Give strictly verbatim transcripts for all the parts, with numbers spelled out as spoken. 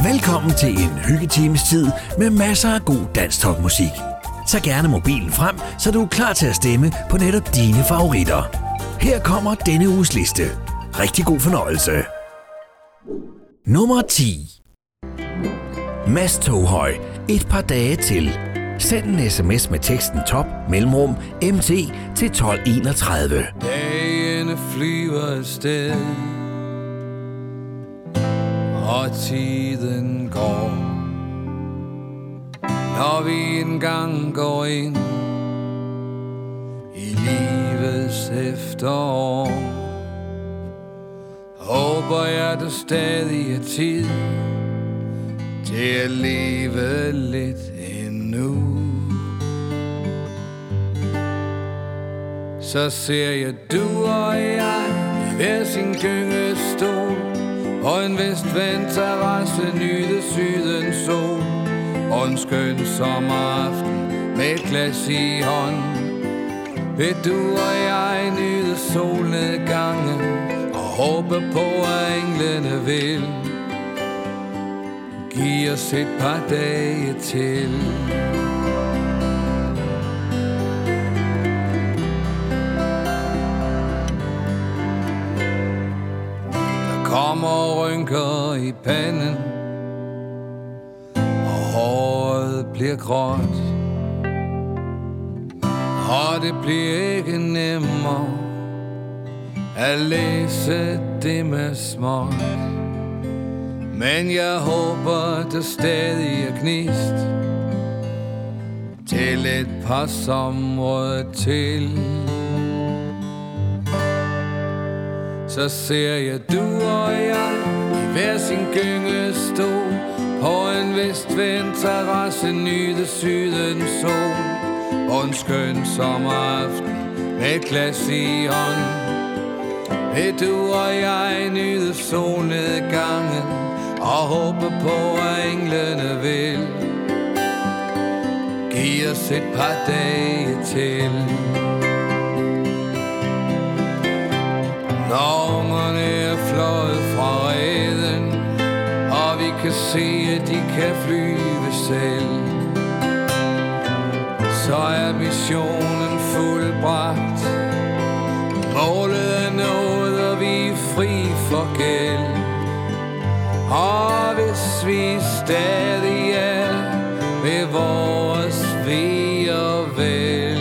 Velkommen til en hyggetimes tid med masser af god dansk topmusik. Tag gerne mobilen frem, så du er klar til at stemme på netop dine favoritter. Her kommer denne uges liste. Rigtig god fornøjelse. Nummer ti. Mads Toghøj, Et par dage til. Send en sms med teksten top mellemrum M T til tolv enogtredive. Dagene flyver afsted, og tiden går. Når vi engang går ind i livets efterår, håber jeg, der stadig er tid til at leve lidt endnu. Så ser jeg du og jeg i hver sin gyngestol, og en vestvendt terrasse nyde sydens sol, og en skøn sommeraften med et glas i hånd. Vil du og jeg nyde solnedgangen og håbe på, at englene vil giv os et par dage til. Der kommer rynker i panden, og håret bliver gråt, og det bliver ikke nemmere at læse det med småt. Men jeg håber, der stadig er gnist til et par somre til. Så ser jeg du og jeg i hver sin gyngestol, på en vestvendt terrasse nyde sydens sol, og en skøn sommeraften med et glas i hånden. Vil du og jeg nyde solnedgangen og håbe på, at englene vil giv os et par dage til. Når ungerne er fløjet fra reden, og vi kan se, at de kan flyve selv, så er missionen fuldbragt. Målet er nået, og vi er fri for gæld. Og hvis vi stadig er ved vores ve og vel,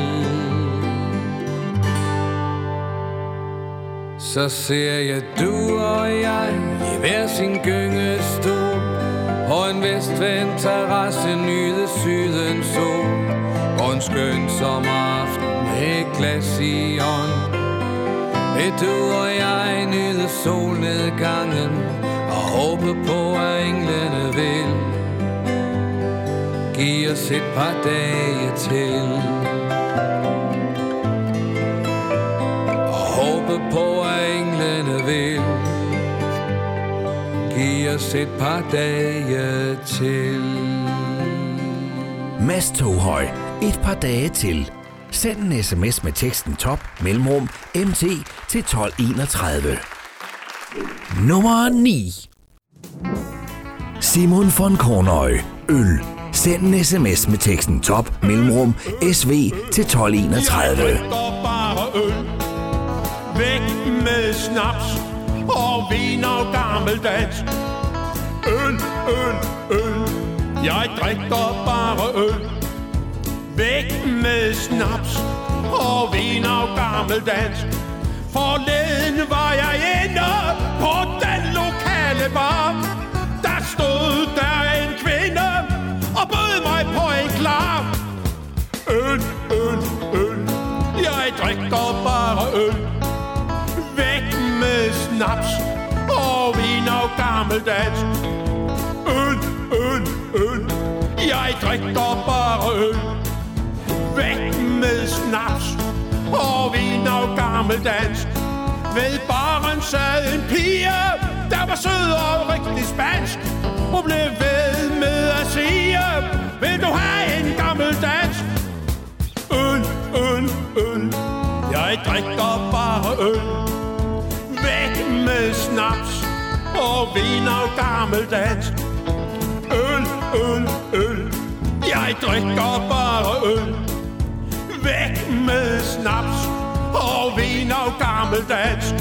så ser jeg du og jeg i hver sin gyngestol, på en vestvendt terrasse nyde sydens sol, og en skøn sommeraften med et glas i hånd. Vil du og jeg nyde solnedgangen og håbe på, at englene vil giv os et par dage til. Og håbe på, at englene vil giv os et par dage til. Mads Toghøj, Et par dage til. Send en sms med teksten top mellemrum M T til tolv enogtredive. Nummer ni. Simon von Kornøj, Øl. Send en sms med teksten top mellemrum S V til tolv enogtredive. Jeg drikker bare øl. Væk med snaps og vin og gammeldansk. Øl, øl, øl. Jeg drikker bare øl. Væk med snaps og vin og gammeldansk. Forleden var jeg inde på den lokale bar. Der stod der en kvinde og bød mig på en klar. Øl, øl, øl. Jeg drikker bare øl. Væk med snaps og vin og gammeldansk. Øl, øl, øl. Jeg drikker bare øl. Væk med snaps og vin og gammeldansk. Ved baren sad en pige, der var sød og rigtig spansk. Hun blev ved med at sige, vil du have en gammeldansk? Øl, øl, øl. Jeg drikker bare øl. Væk med snaps og vin og gammeldansk. øl, øl. Jeg drikker bare øl. Væk med snaps og vin og gammeldansk.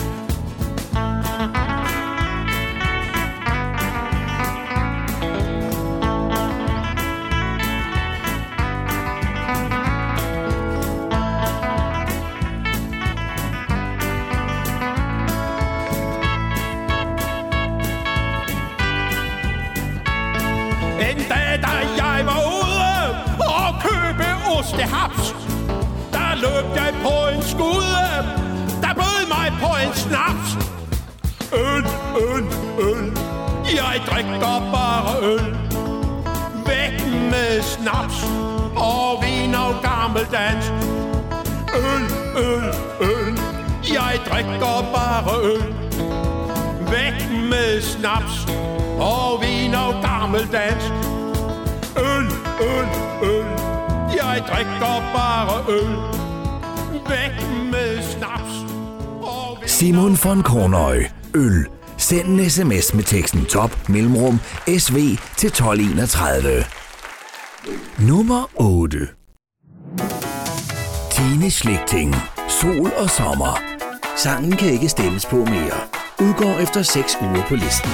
En dag, da jeg var ude og købe ostehaps, der løb jeg på en skude, der bød mig på en snaps. Øl, øl, øl. Jeg drikker bare øl. Væk med snaps og vin og gammeldansk. Øl, øl, øl. Jeg drikker bare øl. Væk med snaps og vin og gammeldansk. Øl, øl, øl. Jeg drikker bare øl. Væk med snaps og vin. Simon von Kornøj. Øl. Send en sms med teksten top mellemrum S V til tolv enogtredive. Nummer otte. Tine Schlichting. Sol og sommer. Sangen kan ikke stemmes på mere. Udgår efter seks uger på listen.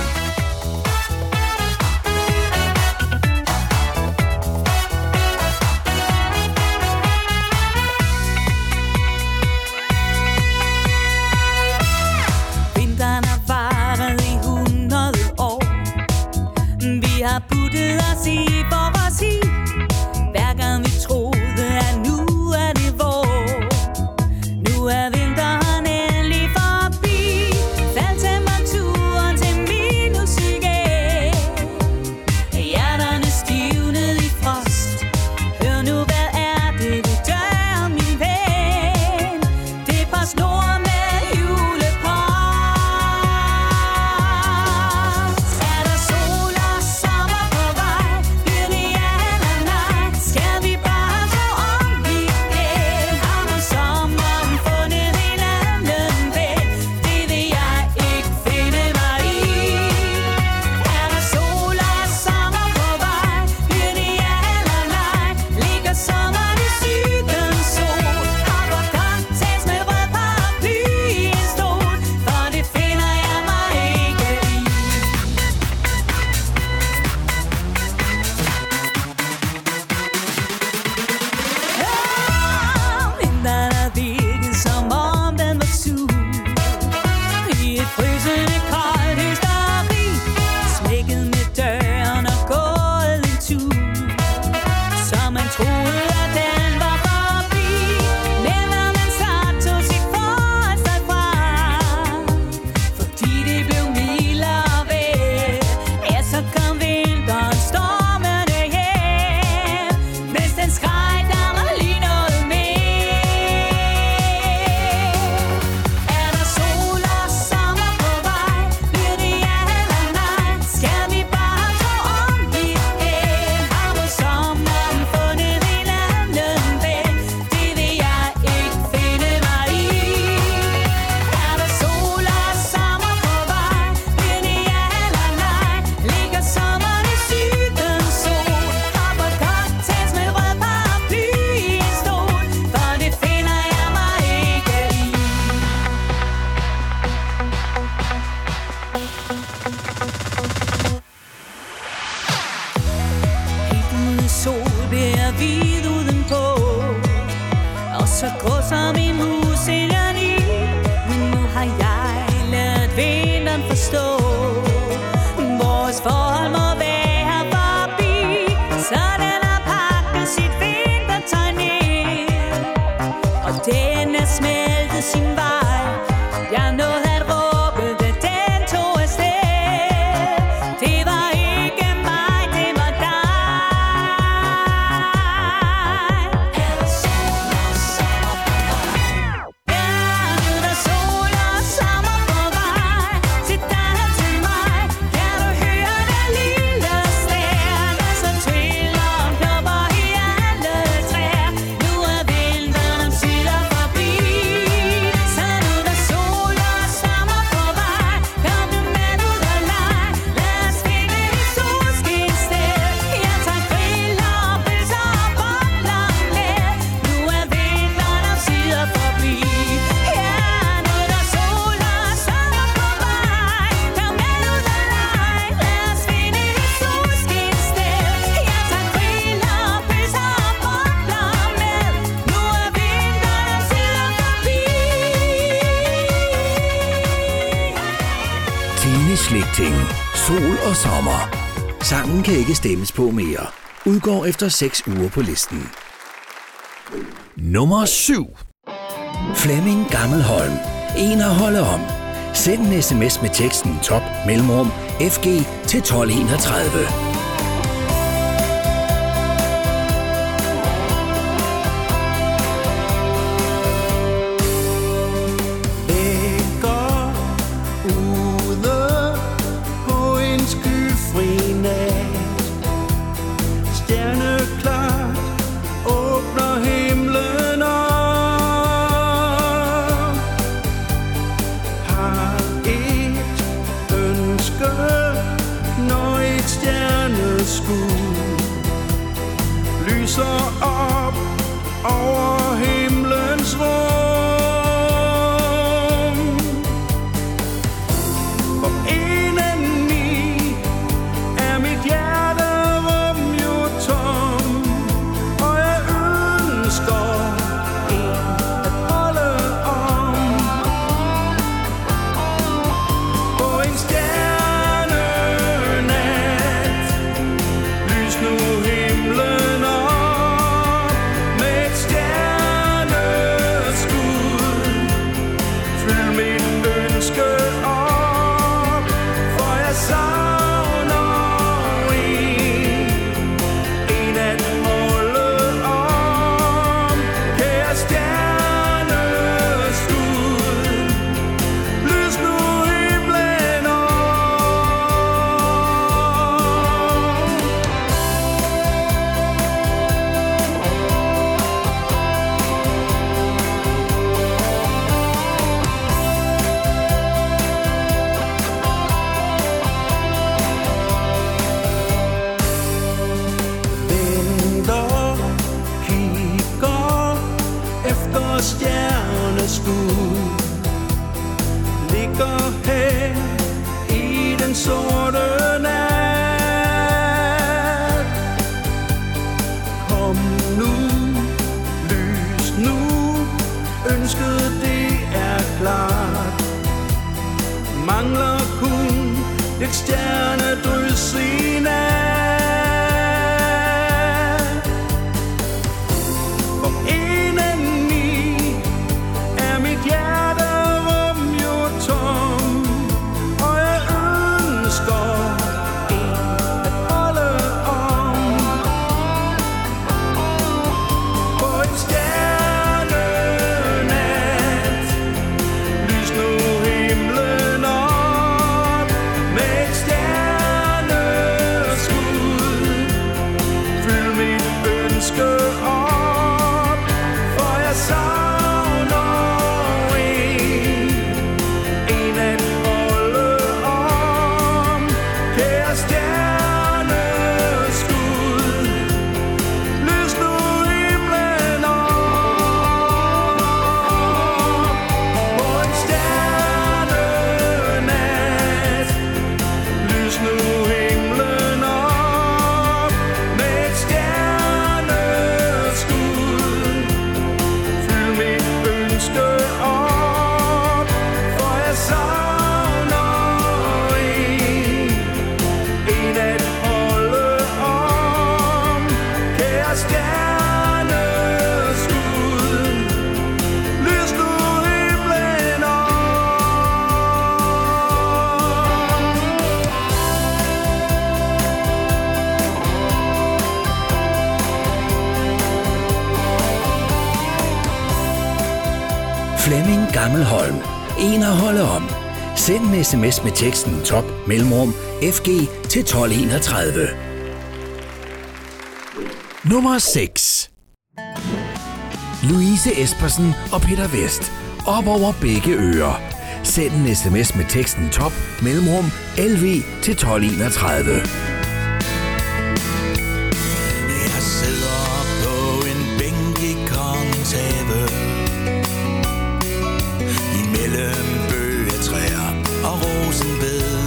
Vinteren har varet i hundrede år. Vi har puttet os i vores hi. Hver gang vi troede, at nu er det vår. Nu er vinteren endelig forbi. Fald temperaturen til minus igen. Hjerterne stivnede i frost. Hør nu, hvad er det, du dør, min ven? Det er på snor med julepost. Er der sol og sommer på vej? Bliver det ja eller nej? Skal vi bare gå om igen? Har man sommeren fundet hinanden ven? Det vil jeg ikke finde mig i. Er der sol og sommer på vej? Bliver det ja eller nej? Ligger sommeren i sydens sol? Hopper cocktails med rød paraply i en stol? For det finder jeg mig ikke i. Vinteren er virket som om den var sur. I et frysende koldt hysteri. Smækket med døren og gået en tur. Så man troede, at den var forbi. Men når man snart tog sit forholdsdag fra, fordi det blev mildere vejr, ja, så kom vinteren stormende hjem. Mens den skreg, der var lige noget mere. Er der sol og sommer på vej? Bliver det ja eller nej? Skal vi bare gå om igen? Har på sommeren fundet hinanden ven? Det vil jeg ikke finde mig i. Er der sol og sommer på vej? Bliver det ja eller nej? Ligger sommeren i sydens sol? Hopper cocktails med rød paraply i en stol? For det finder jeg mig ikke i. Helt uden sol bliver jeg hvid udenpå. Og så grå som en mus indeni. Men nu har jeg ladet vinteren forstå. Vores forhold må være forbi. Så den har pakket sit vintertøj ned. Og den er smeltet sin vej. Jeg nåede at råbe, da den tog afsted. Det var ikke mig, det var dig. Er der sol og sommer på vej? Ja, nu er der sol og sommer på vej. Til dig og slægting, sol og sommer. Sangen kan ikke stemmes på mere. Udgår efter seks uger på listen. Nummer syv. Flemming Gammelholm. En at holde om. Send en sms med teksten top mellemrum F G til tolv enogtredive. Flemming Gammelholm. En at holde om. Send en sms med teksten top mellemrum F G til tolv enogtredive. Nummer seks. Louise Espersen og Peter Vest. Op over begge ører. Send en sms med teksten top mellemrum L V til tolv enogtredive. Jeg sidder på en bænk i Kongens Have, imellem bøgetræer og rosenbed.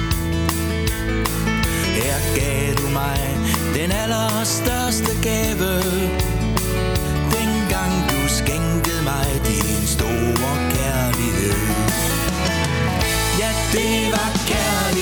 Her gav du mig den allerstørste gave, dengang du skænkede mig din store kærlighed. Ja, det var kærlighed.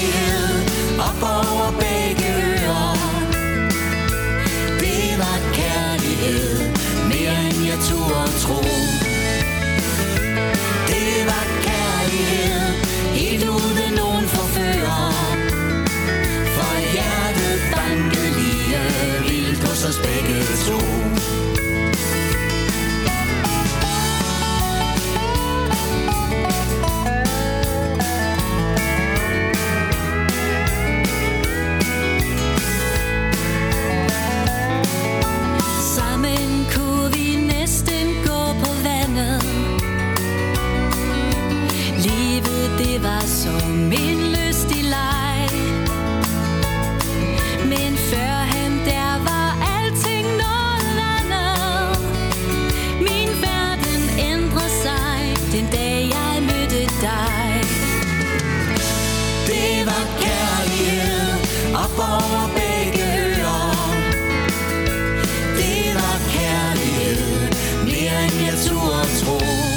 var som en lystig leg. Men førhen der var alting noget andet. Min verden ændrede sig den dag jeg mødte dig. Det var kærlighed op over begge ører. Det var kærlighed mere end jeg turde tro.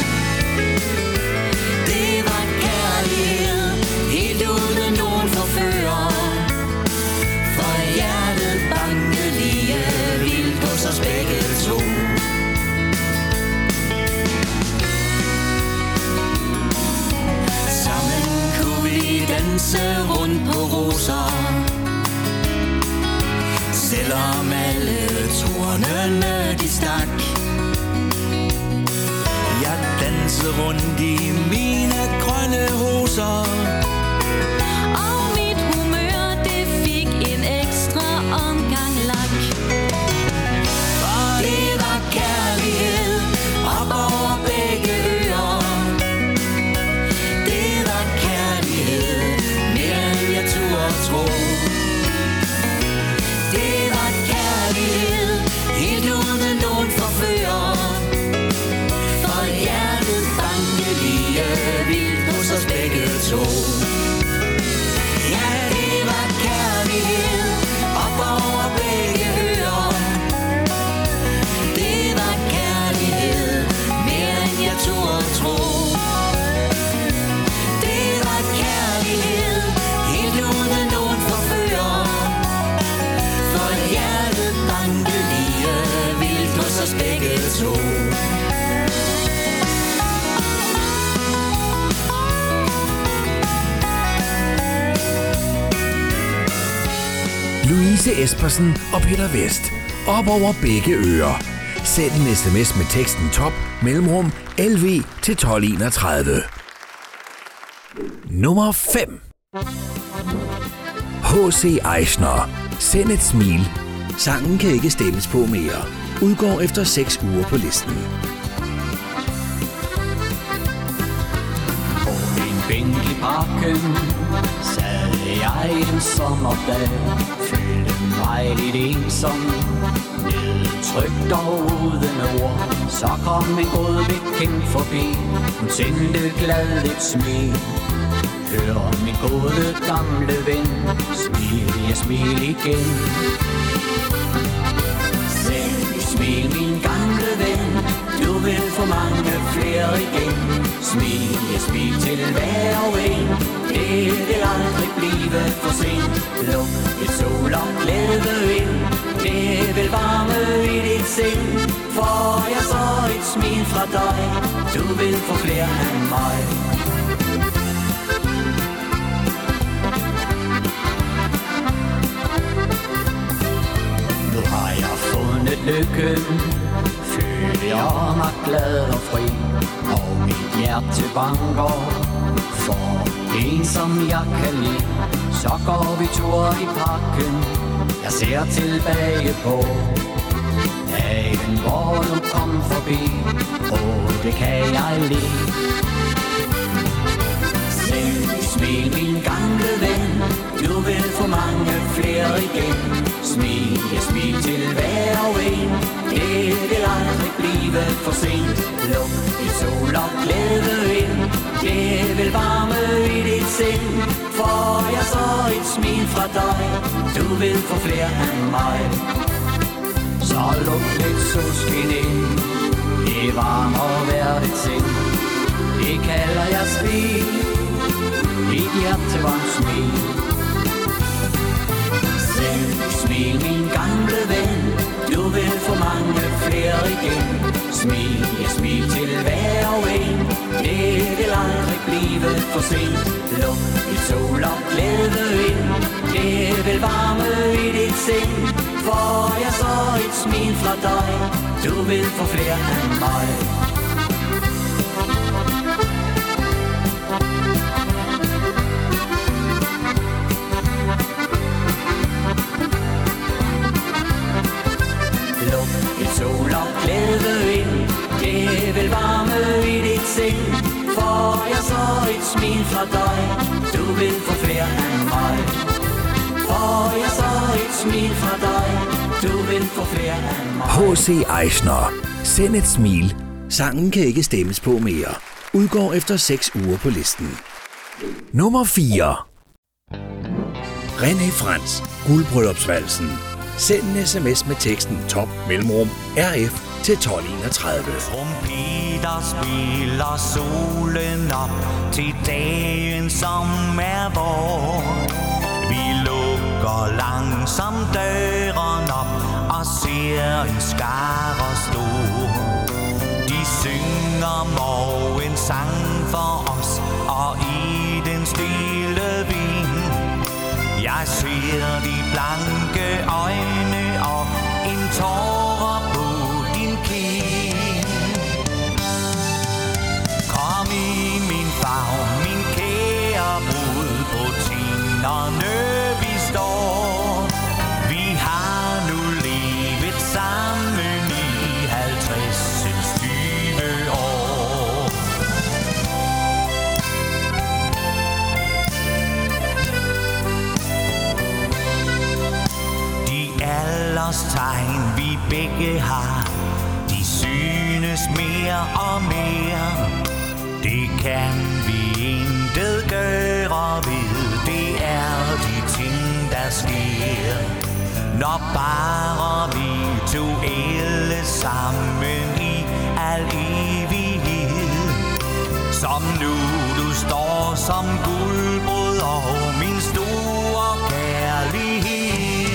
Det var kærlighed helt uden nogen forfører. For hjertet bankede lige vildt hos os begge to. Sammen kunne vi danse rundt på roser. Selvom alle tornene de stak. Jeg dansede rundt i mine grønne hoser. Og mit humør det fik en ekstra omgang lak. For det var kærlighed op over begge ører. Det var kærlighed mere end jeg turde tro. Det var kærlighed helt uden nogen forfører. For hjertet bankede lige vildt hos os begge to. Ja, det var kærlighed op over begge ører. Det var kærlighed mere end jeg turde tro. Det var kærlighed helt uden nogen forfører. For hjertet bankede lige vildt hos os begge to. Louise Espersen og Peter Vest. Op over begge ører. Send en sms med teksten top mellemrum L V til tolv enogtredive. Nummer fem. H C Eisner. Send et smil. Sangen kan ikke stemmes på mere. Udgår efter seks uger på listen. På en bænk i parken sad jeg en sommerdag. Følte mig lidt ensom, nedtrykt og uden ord. Så kom en god bekendt forbi. Hun sendte glad et smil. Hør min gode gamle ven, smil, jeg smil igen. Send et smil, min gamle ven, du vil få mange flere igen. Smil, jeg smil til hver og en, det vil aldrig blive for sent. Luk et sol og glæde ind, det vil varme i dit sind. For jeg så et smil fra dig, du vil få flere af mig. Nu har jeg fundet lykken, føler mig glad og fri, og mit hjerte banker for en som jeg kan lide. Så går vi tur i parken, jeg ser tilbage på dagen hvor du kom forbi, og det kan jeg lide. Send et smil, min gamle ven, du vil få mange flere igen. Smil, jeg smil til hver og en, det vil aldrig blive for sent. Luk et sol og glæde ind, det vil varme i dit sind. For jeg så et smil fra dig, du vil få flere af mig. Så luk lidt solskin ind, det varmer hver dit sind. Det kalder jeg smil, dit hjerte var en smil. Send et smil, min gamle ven, du vil få mange flere igen. Smil, jeg smil til hver og en, det vil aldrig blive for sent. Luk et sol og glæde ind, det vil varme i dit sind. For jeg så et smil fra dig, du vil få flere af mig. Sol og glæde ind, det vil varme i dit sind. For jeg så et smil fra dig, vil få flere af mig. For jeg så et smil fra dig, du vil få flere af mig. H C Eisner. Send et smil. Sangen kan ikke stemmes på mere. Udgår efter seks uger på listen. Nummer fire. René Frans. Guldbryllupsvalsen. Send en sms med teksten top mellemrum R F til tolv enogtredive. Trompeter spiller solen op til dagen, som er vor. Vi lukker langsomt døren op og ser en skare stor. De synger morgensang for os, og i den stille vind jeg ser de blanke øjne og en tåre på din kind. Kom i min favn, min kære brud, på tinderne vi står. Vi har nu levet sammen i halvtredsens tyve år. De alderstegn vi begge har, de synes mere og mere. Det kan vi intet gøre ved, det er de ting der sker. Når bare vi to alle sammen i al evighed. Som nu du står som guldbrud og min store kærlighed.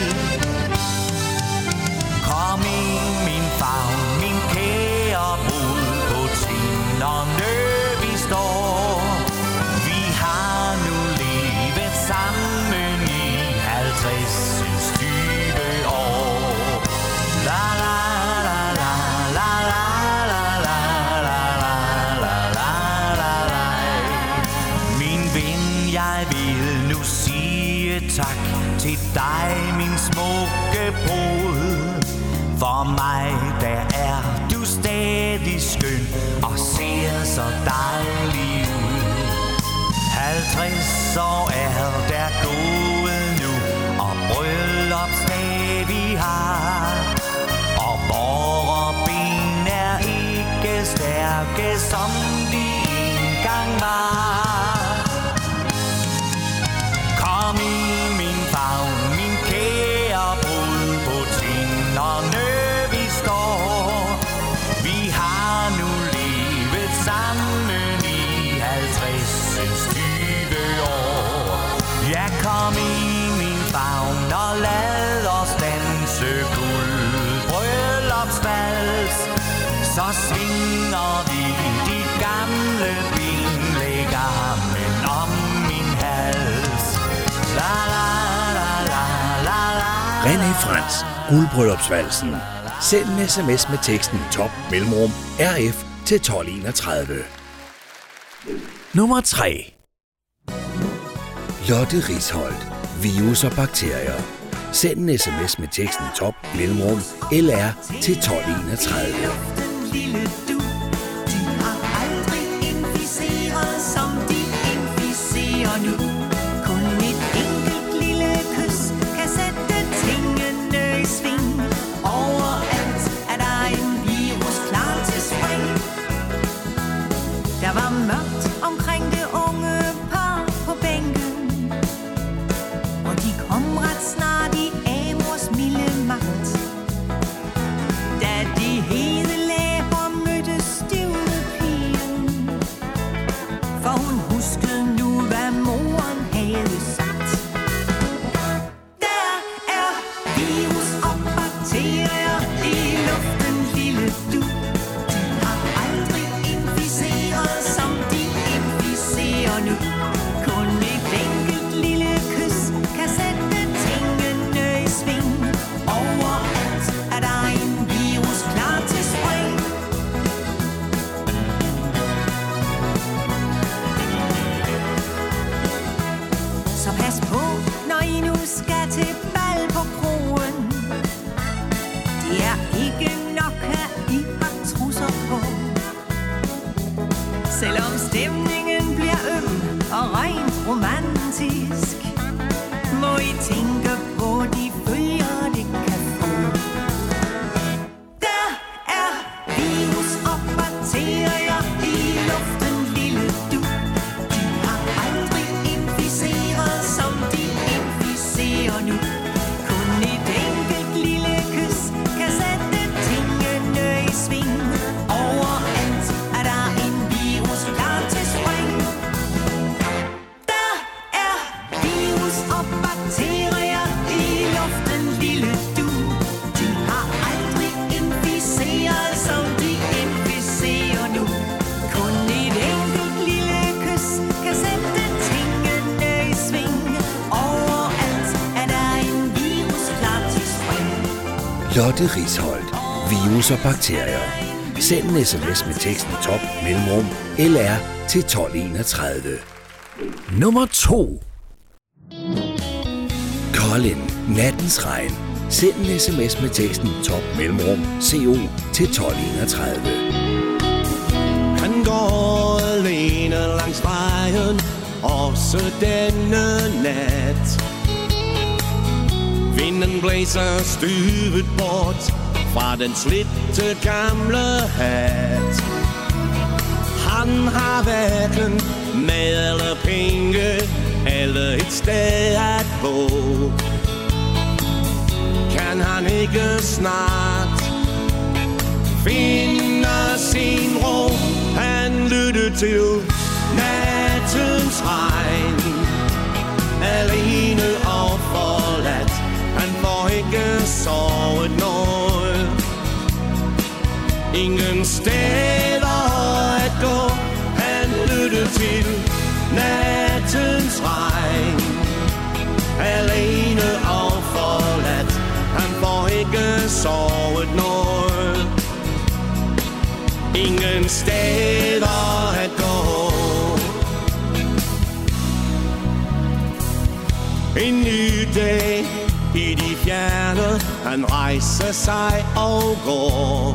Kom i min favn, min kære brud, på tinderne vi står. Vi har nu levet sammen i halvtredsens tyve år. La la la la la la la la la la la la. Min ven, jeg vil nu sige tak til dig, min smukke brud. For mig, der er du stadig skøn og ser så dejlig ud. Halvtreds år er der gået nu, og bryllupsdag vi har. Og vore ben er ikke stærke, som de engang var. Kom i min favn, min kære brud, på tinderne vi står. Vi har nu levet sammen i halvtredsens tyve år. Ja, kom i min favn og lad os danse guldbryllupsvals. Så svinger vi de gamle ben, lægger armen om min hals. La la la la la la. René Frans. Guldbryllupsvalsen. Send en sms med teksten top mellemrum R F til tolv enogtredive. Nummer tre. Lotte Risholdt. Virus og bakterier. Send en sms med teksten top mellemrum L R til tolv enogtredive. Lille du, de har aldrig inficeret, som de inficerer nu. Kun et enkelt lille kys kan sætte tingene i sving. Overalt er der en virus klar til spring. Der var mørkt omkring det unge par på bænken, og de kom ret snart i Amors milde magt. Da de hede læber mødte stivnet pigen, for hun huskede nu, hvad moren havde sagt. Der er virus og bakterier i luften, lille du. De har aldrig inficeret, som de inficerer nu. Kun et enkelt lille kys kan sætte tingene i sving. Overalt er der en virus klar til spring. Så pas på, når I nu skal til bal på kroen. Det er ikke nok, at I har trusser på. Selvom stemningen bliver øm og rent romantisk. Må I tænke på de følger, det kan få. Der er virus og bakterier i luften, lille du. De har aldrig inficeret, som de inficerer nu. Kun et enkelt lille kys kan sætte tingene i sving. Overalt er der en virus klar til spring. Der er virus og bakterier i luften, lille du. De har aldrig inficeret, som de inficerer nu. Kun et enkelt lille kys kan sætte tingene i sving. Overalt er der en virus klar til spring. Lotte Risholdt. Virus og bakterier. Send en sms med teksten top mellemrum L R til tolv enogtredive. Nummer to. Colin. Nattens regn. Send en sms med teksten top mellemrum C O til tolv enogtredive. Han går alene langs vejen, også denne nat. Vinden blæser styvet bort fra den slitte gamle hat. Han har hverken mad eller penge, eller et sted at bo. Kan han ikke snart finde sin ro? Han lytter til nattens regn, alene og forladt. Han får ikke sovet noget. Ingen steder at gå. Han lytter til nattens regn, alene og forladt. Han får ikke sovet noget. Ingen steder at gå. En ny dag i de fjerne. Han rejser sig og går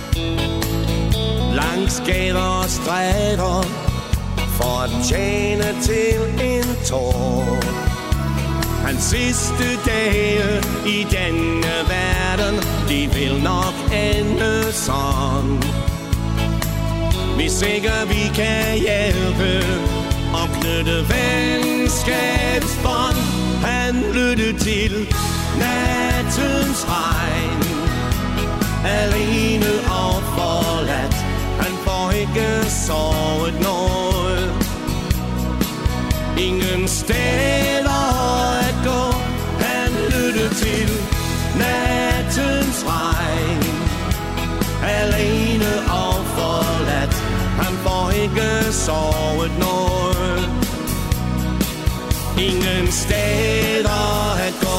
langs gader og stræder for at tjene til en tår. Hans sidste dage i denne verden, de vil nok ende sådan. Hvis ikke vi kan hjælpe og knytte venskabsbånd. Han lytter til nattens regn, alene og forladt. Han får ikke sovet noget. Ingen steder at gå. Han lytter til nattens regn, alene og forladt. Han får ikke sovet noget. Ingen steder at gå.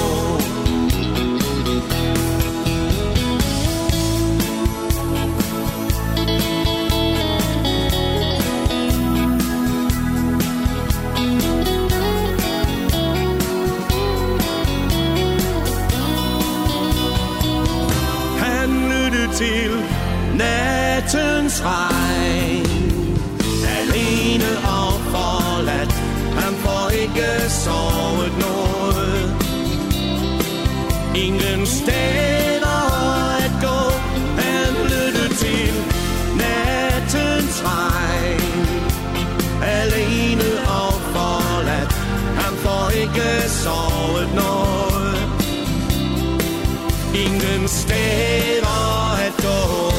Til nattens regn, alene og forladt. Han får ikke sovet noget. Ingen steder at gå. Han lytter til nattens regn, alene og forladt. Han får ikke sovet noget. Ingen steder at gå.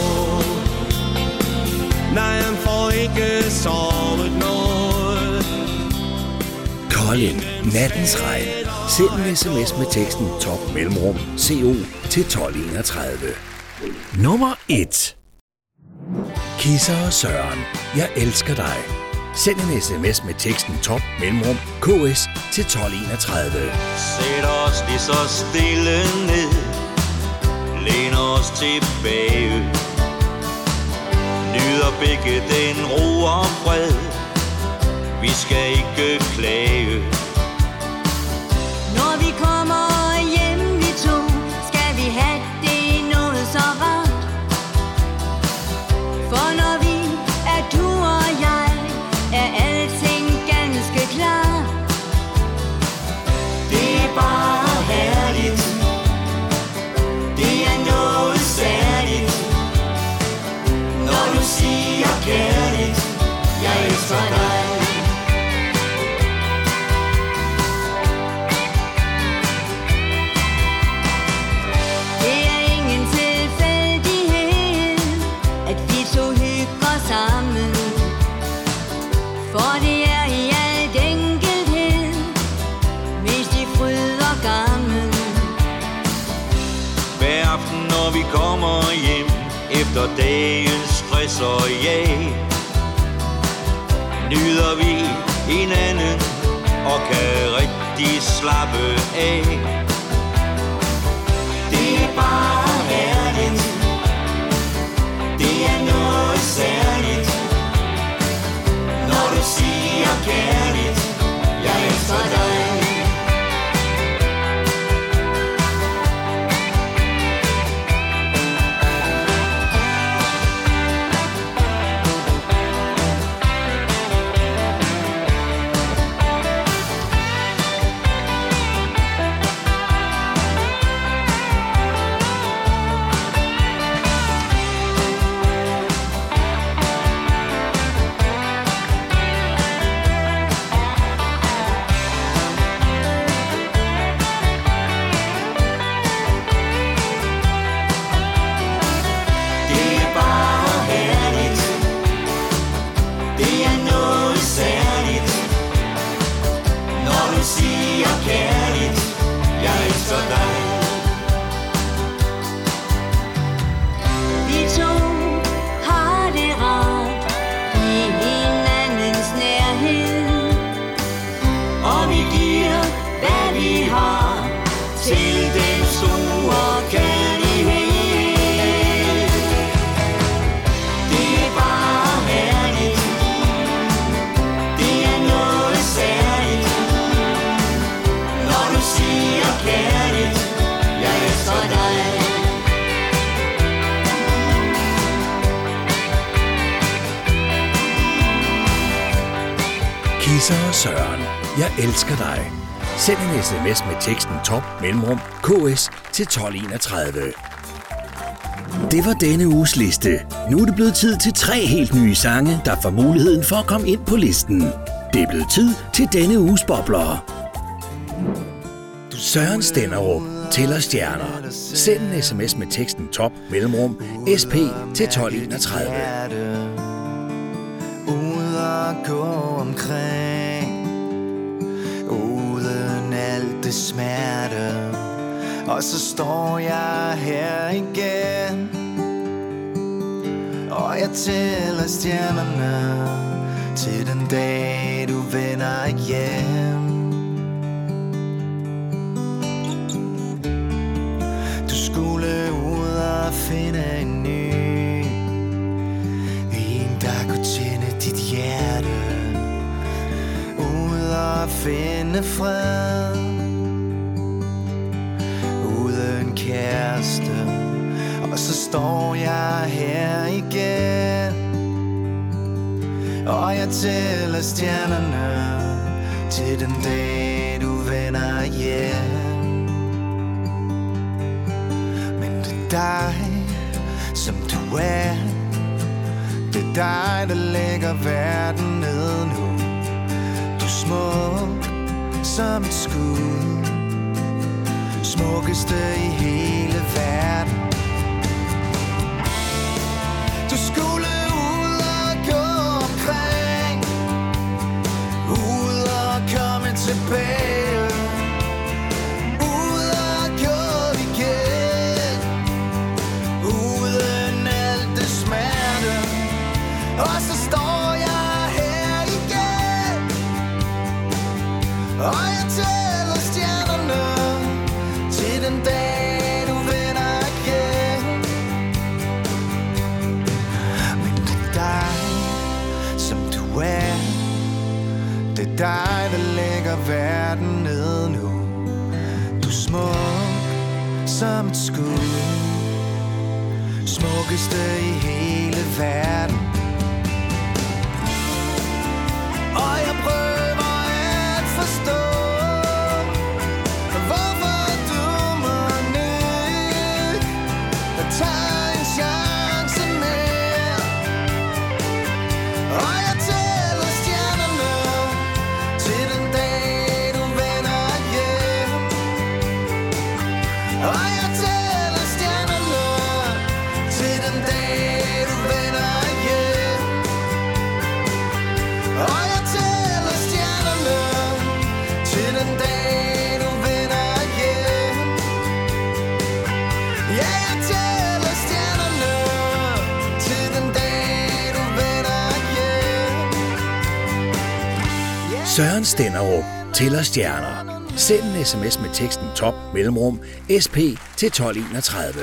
Nej, han får ikke sovet noget. Colin. Nattens regn. Send en sms med teksten top mellemrum C O til tolv enogtredive. Nummer et. Kisser og Søren. Jeg elsker dig. Send en sms med teksten top mellemrum K S til tolv enogtredive. Sæt os lige så stille ned, læn os tilbage, nyder begge den ro og fred. Vi skal ikke klage. Når vi kommer hjem vi to, skal vi have det noget så rart. For når vi er du og jeg, er alting ganske klart. elsker dig. Det er ingen tilfældighed, at vi to hygger sammen. For det er i alt enkelhed, mest i fryd og gammel. Hver aften når vi kommer hjem efter dagens stress og jag, nyder vi hinanden og kan rigtig slappe af. Det er bare herligt, det er noget særligt, når du siger kærligt, jeg elsker dig. Kisser og Søren, jeg elsker dig. Send en sms med teksten top mellemrum K S til tolv enogtredive. Det var denne uges liste. Nu er det blevet tid til tre helt nye sange, der får muligheden for at komme ind på listen. Det er blevet tid til denne uges bobler. Søren Stenderup tæller stjerner. Send en sms med teksten top mellemrum S P til tolv enogtredive. Ud og gå omkring, uden alt det smerte, og så står jeg her igen, og jeg tæller stjernerne til den dag du vender hjem. Du skulle ud og finde en ny, en der kunne tænde dit hjerte, ud og finde fred, uden kæreste, og så står jeg her igen, og jeg tæller stjernerne til den dag du vender hjem. Men det er dig, som du er, det er dig, der lægger verden ned nu. Du er smuk som et skud, smukkeste i hele verden. Du skulle ud og gå omkring, ud og komme tilbage, ud og gå igen, uden alt det smerte, og så står jeg her igen, og jeg tæller stjernerne til den dag du vender igen. Men det er dig, som du er, det er dig, der lægger verden ned nu. Du er smuk som et skud, smukkeste i hele verden. Og jeg prøver at forstå, hvorfor du må ikke tage en chance mere. Og jeg tæller stjernerne Søren Stenderup tæller stjerner. Send en sms med teksten top mellemrum sp til tolv enogtredive.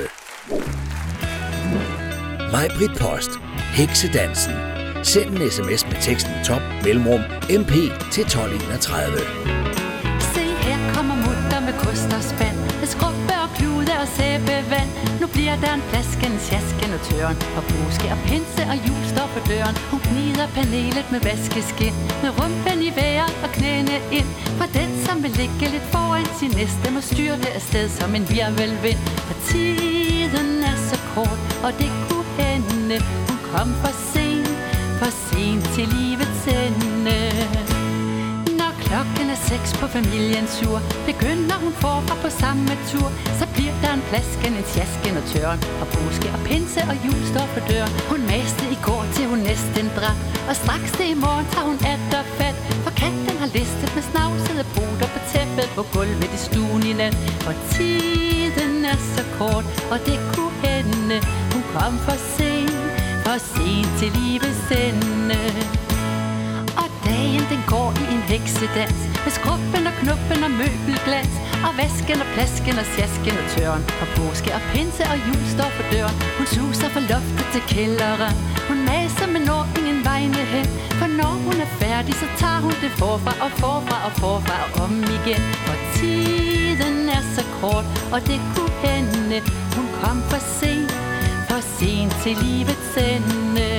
Maj-Britt Post. Heksedansen. Send en sms med teksten top mellemrum mp til tolv enogtredive. Se, her kommer mutter med kost og spand, med skrubbe og klude og sæbevand. Nu bliver der en flaske, en sjasken og tøren, og påske og pinse og jul står for døren. Hun gnider panelet med vaskeskin, med rumpen i vejret og knæene ind. For den, som vil ligge lidt foran sin næste, må styre det afsted som en virvelvind. For tiden er så kort, og det kunne hende, hun kom for sent, for sent til livets ende. Når klokken er seks på familiens tur, begynder hun forfra på samme tur. Så bliver der en flasken, en sjasken og tøren, og påske og pinse og jul står for døren. Hun maste i går til hun næsten dræt, og straks det i morgen tager hun atter fat. For katten har listet med snavsede poter på tæppet på gulvet i stuen i nat. For tiden er så kort, og det kunne hende, hun kom for sent, for sent til livets ende. Og dagen den går i en heksedans, med skrubben og knuppen og møbelglans, og vasken og plasken og sjasken og tøren, og påske og pinse og jul står for døren. Hun suser fra loftet til kælderen, hun maser, men når ingen vegne hen. For når hun er færdig, så tager hun det forfra og forfra og forfra og om igen. For tiden er så kort, og det kunne hende, hun kom for sent, for sent til livets ende.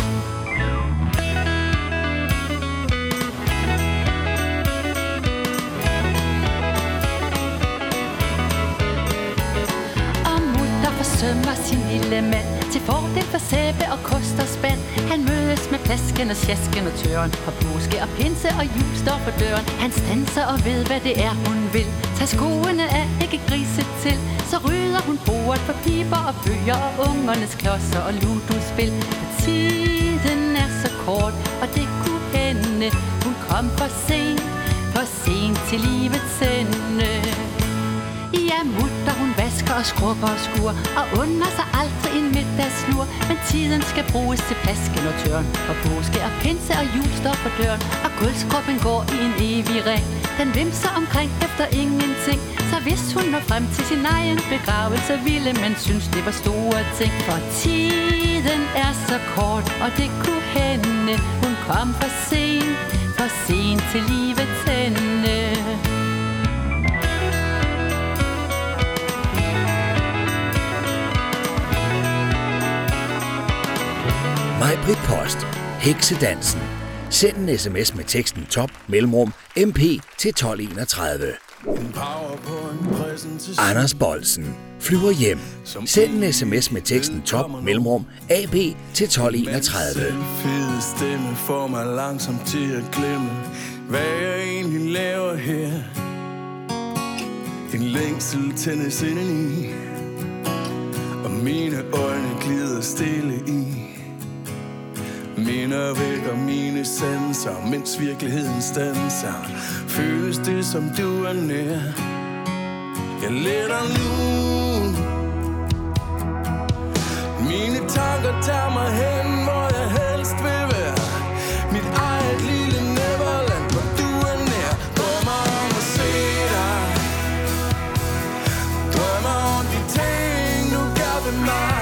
Sømmer sin lille mand til fordel for sæbe og kost og spand. Han mødes med plasken og sjasken og tøren, og påske og pinse og jul står for døren. Han standser og ved, hvad det er, hun vil. Tag skoene af, ikke grise til. Så rydder hun bordet for piber og bøger og ungernes klodser og ludospil. For tiden er så kort, og det kunne hende, hun kom for sent, for sent til livets ende. Ja, mutter, hun vasker og skrubber og skuer, og under sig aldrig en middagslur. Men tiden skal bruges til plasken og tøren, og påske og pinse og jul står for døren. Og gulvskruppen går i en evig ring, den vimser omkring efter ingenting. Så hvis hun når frem til sin egen begravelse, ville man synes, det var store ting. For tiden er så kort, og det kunne hende, hun kom for sent, for sent til livets ende. Maj-Britt Post. Heksedansen. Send en sms med teksten top mellemrum mp til tolv enogtredive. Anders Boldsen. Flyver hjem. Send en sms med teksten top mellemrum ab til tolv enogtredive. Fede stemme får mig langsomt til at glemme, hvad jeg egentlig laver her. En længsel tændes indeni, og mine øjne glider stille i. Minder vækker mine sanser, mens virkeligheden standser. Føles det som du er nær. Jeg letter nu. Mine tanker tager mig hen, hvor jeg helst vil være. Mit eget lille Neverland, hvor du er nær. Drømmer om at se dig. Drømmer om de ting, du gør ved mig.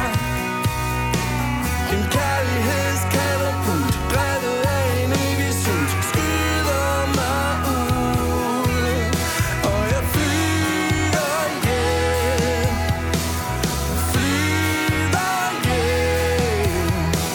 En kærlighedskatapult, drevet af en evig sult, skyder mig ud, og jeg flyver hjem, flyver hjem,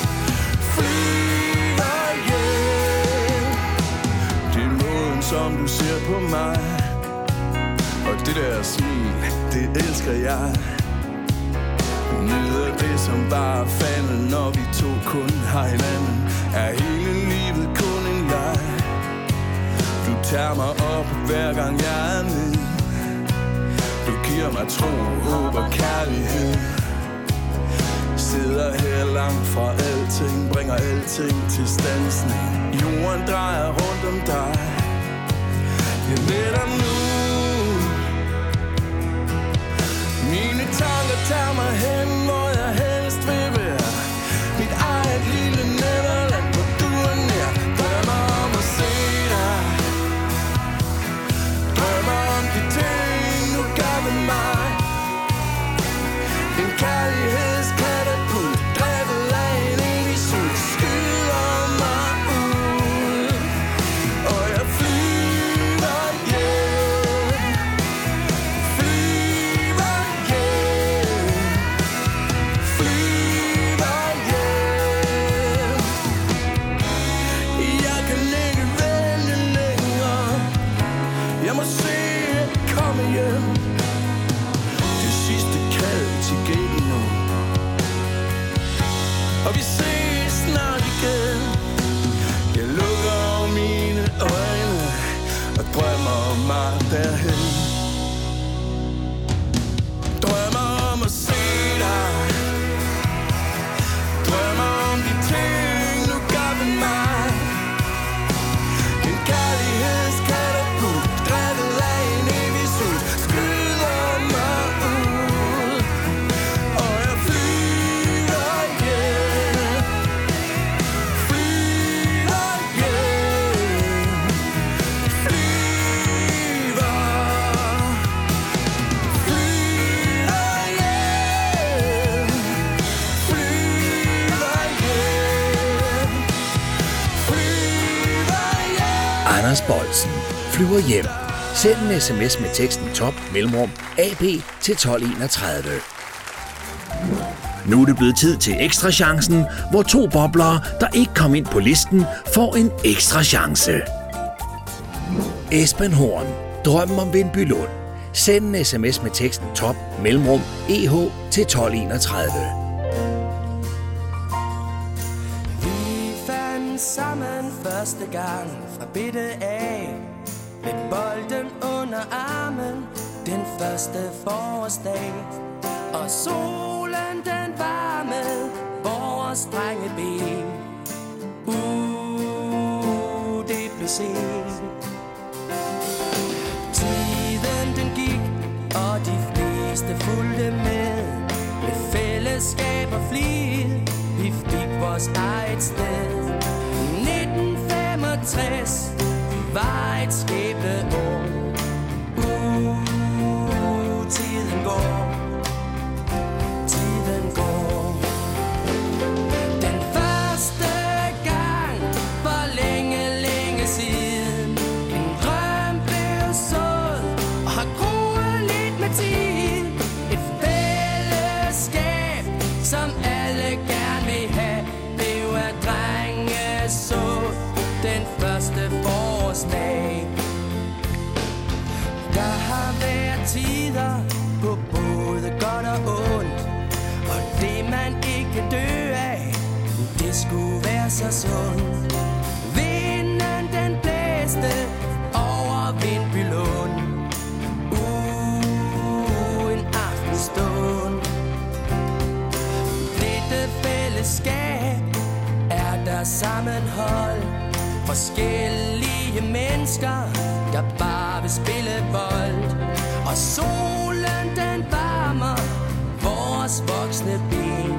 flyver hjem. Det er måden, som du ser på mig, og det der smil, det elsker jeg. Nyder det som bare faldet, når vi to kun har hinanden. Er hele livet kun en leg. Du tager mig op hver gang jeg er nede. Du giver mig tro, håb og kærlighed. Sidder her langt fra alting, bringer alting til standsning. Jorden drejer rundt om dig. Jeg letter nu. Mine tanker tager mig hen, hvor jeg helst vil være. Mit eget lille Neverland, hvor du er nær. Drømmer om at se dig. Jeg må se at komme hjem. Det sidste kald til gaten nu. Og vi ses snart igen. Jeg lukker mine øjne og drømmer mig derhen. Drømmer om at se dig. Drømmer om de ting du gør ved mig. En kærlighedskatapult drevet af en evig sult skyder mig ud. Og jeg flyver hjem. Flyver hjem. Flyver. Flyver hjem. Flyver hjem. Flyver hjem. Anders Boldsen flyver hjem. Send en sms med teksten top mellemrum A B til tolv enogtredive. Nu er det blevet tid til ekstra chancen, hvor to boblere, der ikke kom ind på listen, får en ekstra chance. Esben Horn, Drømmen om Vindby Lund. Send en sms med teksten top mellemrum E H til tolv enogtredive. Vi fandt sammen første gang fra bitte af, med bolden under armen den første forårsdag. Og solen den varme vores drengeben. Uh, det blev sent. Tiden den gik, og de fleste fulgte med. Med fællesskab og flid, vi fik vores eget sted. nitten femogtres var et skæbneår. Uh, tiden går. Tiden går. Den første gang for længe, længe siden. En drøm blev sået og har groet lidt med tid. Et fællesskab, som alle gerne vil have, blev af drenge sået den første forårsdag. Der har været tider på både godt og ondt, og det man ikke kan dø af, det skulle være så sundt. Vinden den blæste over Vindby Lund. Uh, en aftenstund. Dette fællesskab er der sammenhold. Forskellige mennesker, der bare vil spille bold. Og solen den varmer vores voksne ben.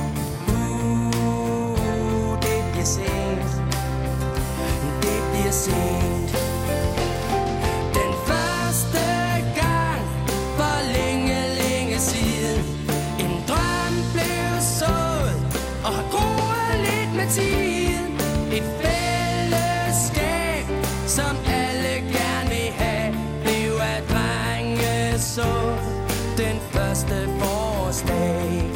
Uh, det bliver sent. Det bliver sent. Den første gang for længe, længe siden. En drøm blev sået og har groet lidt med tiden. Et fællesskab, som alle gerne vil have, blev af drenge så den første forårsdag.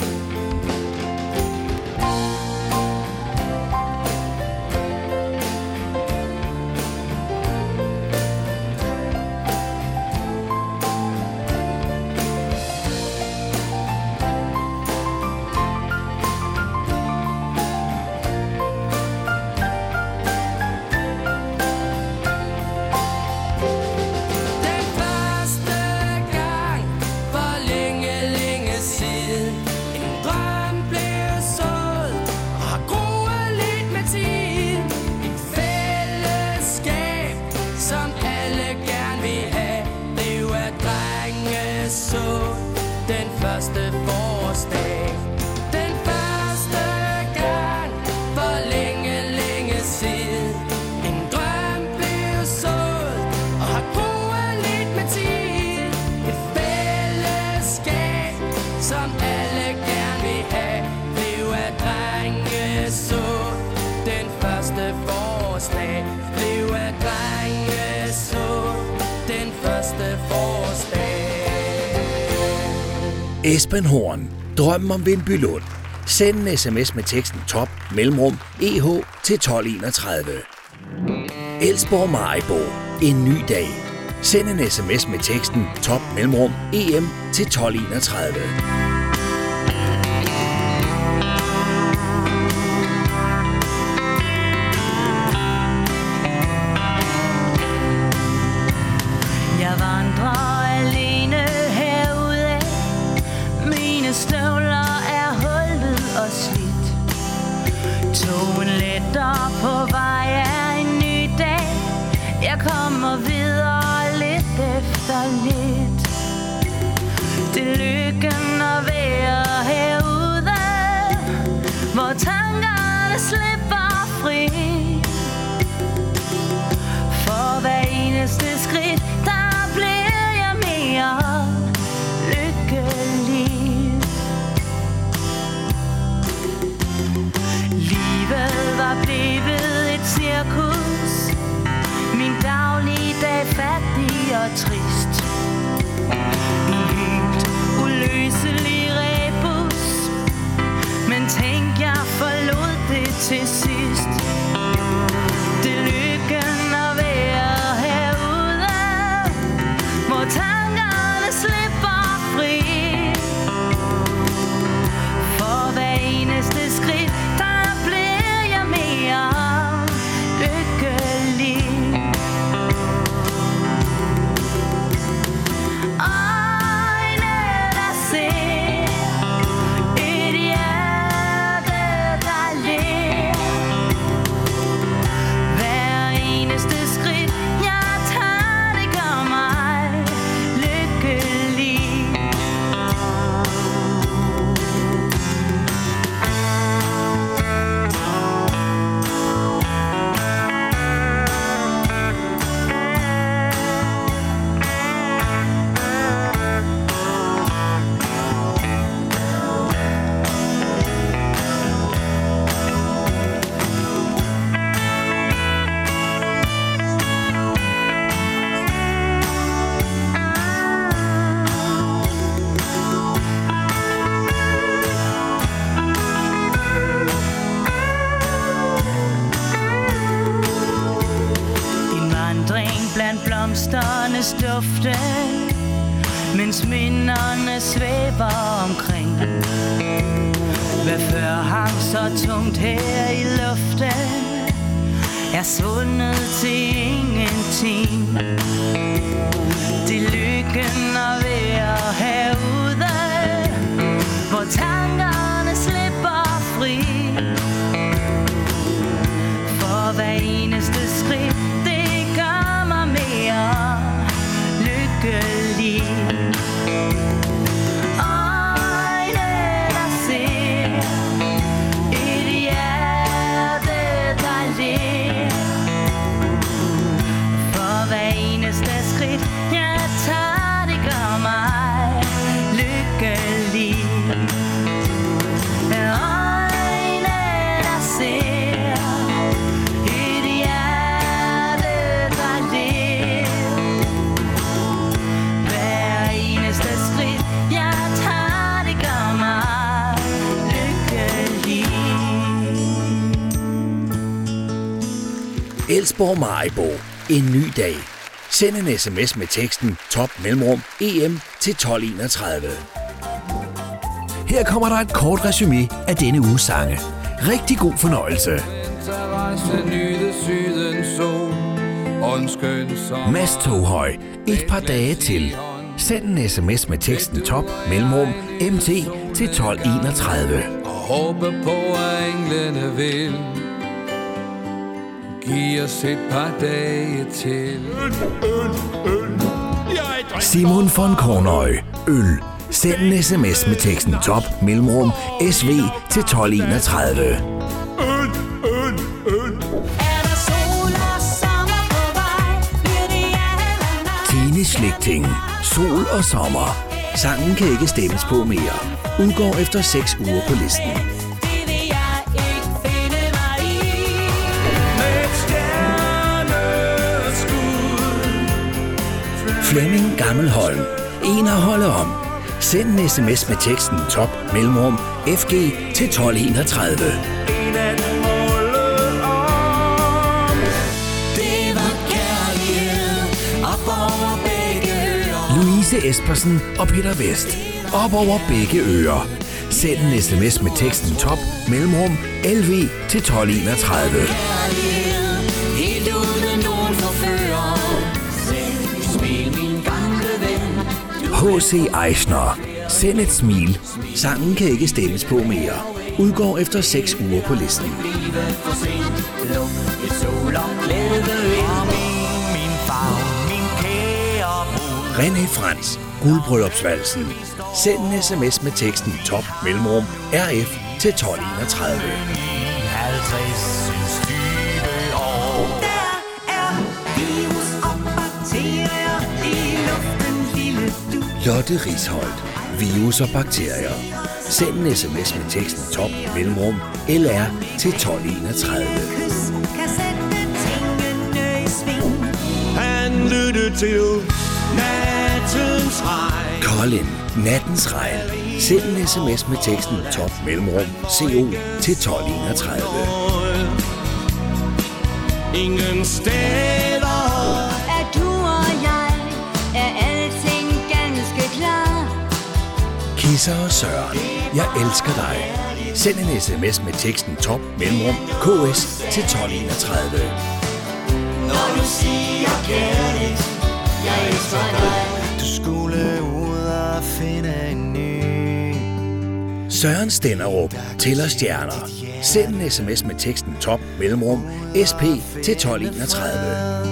Esben Horn, Drømmen om Vindby Lund. Send en sms med teksten top mellemrum E H til tolv enogtredive. Elsborg Maribo. En ny dag. Send en sms med teksten top mellemrum E M til tolv enogtredive. Jeg vandrer alene herude. Mine støvler er hullet og slidt. Togen letter på vej er en ny dag. Jeg kommer videre lidt efter lidt. Det er lykken at være herude, hvor tankerne slipper fri. For hver eneste skridt, der bliver jeg mere lykkelig. Livet var blevet et cirkus, min dagligdag fattig og trist. En helt uløselig rebus, men tænk jeg forlod det til sidst. Det er lykken at være herude, hvor tankerne slipper fri. For hver eneste skridt, der bliver jeg mere lykkelig. Øjne, der ser, et hjerte, der ler. Hver eneste skridt, jeg tager, det gør mig lykkelig. En vandring blandt blomsternes dufte, mens minderne svæver omkring. Hvad før hang så tungt her i luften, er svundet til ingenting. Det er lykken at være herude, hvor tankerne slipper fri. For hver eneste skridt, det gør mig mere lykkelig. Øjne, der ser, et hjerte, der ler. For hver eneste skridt, jeg tager, det gør mig lykkelig. Øjne, der ser, et hjerte, der ler. Hver eneste skridt, jeg tager, det gør mig lykkelig. Elsborg Maribo. En ny dag. Send en sms med teksten top mellemrum E M til tolv enogtredive. Her kommer der et kort resumé af denne uges sange. Rigtig god fornøjelse. Mads Toghøj. Et par dage til. Send en sms med teksten top mellemrum M T til tolv enogtredive. Og håbe på, at englene vil giv os et par dage til. Simon von Kornøj. Øl. Send en sms med teksten top mellemrum S V til tolv enogtredive. Er der sol og sommer på vej, bliver det ja eller nej? Tine Slægting. Sol og sommer. Sangen kan ikke stemmes på mere. Udgår efter seks uger på listen. Det vil jeg ikke finde mig i. Med et stjerneskud. Flemming Gammelholm. En at holde om. Send en sms med teksten top mellemrum F G til tolv enogtredive. En at holde om. Det var kærlighed og over begge ører. Louise Espersen og Peter Vest. Op over begge ører. Send en sms med teksten top mellemrum L V til tolv enogtredive. Helt uden nogen forfører. Send smil, min gamle ven. H C Eisner. Send et smil. Sangen kan ikke stemmes på mere. Udgår efter seks uger på listen. René Frans. Guldbryllupsvalsen. Send en sms med teksten top mellemrum R F til tolv enogtredive. Lotte Risholdt. Virus og bakterier. Send en sms med teksten top mellemrum L R til tolv enogtredive. Han lyttede til nattens regn. Colin. Nattens regn. Send en sms med teksten top mellemrum C O til tolv enogtredive. Ingen steder. Er du og jeg, er alting ganske klar. Kisser og Søren. Jeg elsker dig. Send en sms med teksten top mellemrum K S til tolv enogtredive. Når du siger kærligt, jeg elsker dig. Du skulle ud og finde en ny. Søren Stenderup. Tæller stjerner. Send en sms med teksten top mellemrum S P til tolv enogtredive.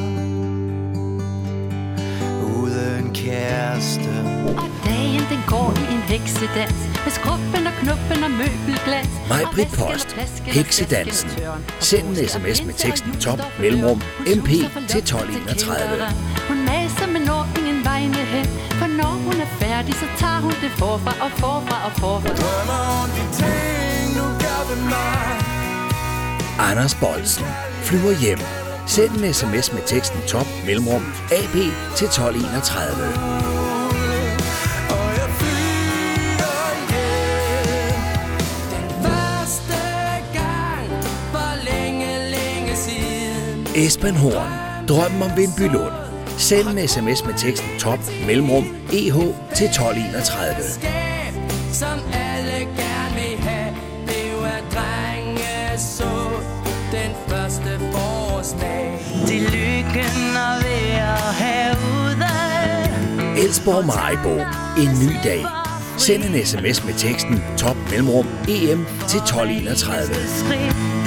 Uden kæreste. Og dagen den går i en heksedans med skruppen og knuppen og møbelglas. Maj-Brit Post. Heksedansen. Send en sms med teksten top mellemrum M P til tolv enogtredive. Hun maser, men når ingen vegne hen. For når hun er færdig, så tager hun det forfra og forfra og forfra. Drømmer om de ting, du gør ved mig. Anders Boldsen. Flyver hjem. Send en sms med teksten top mellemrum A B til tolv enogtredive. Og jeg flyver hjem. Den første gang for længe, længe siden. Esben Horn. Drømmen om Vindbylund. Send en sms med teksten top mellemrum E H til tolv enogtredive. Som alle gerne vil have. Det var drenge så den første forårsdag. Det lykken at være herude. Elsborg Maribo. En ny dag. Send en sms med teksten top mellemrum E M til tolv enogtredive.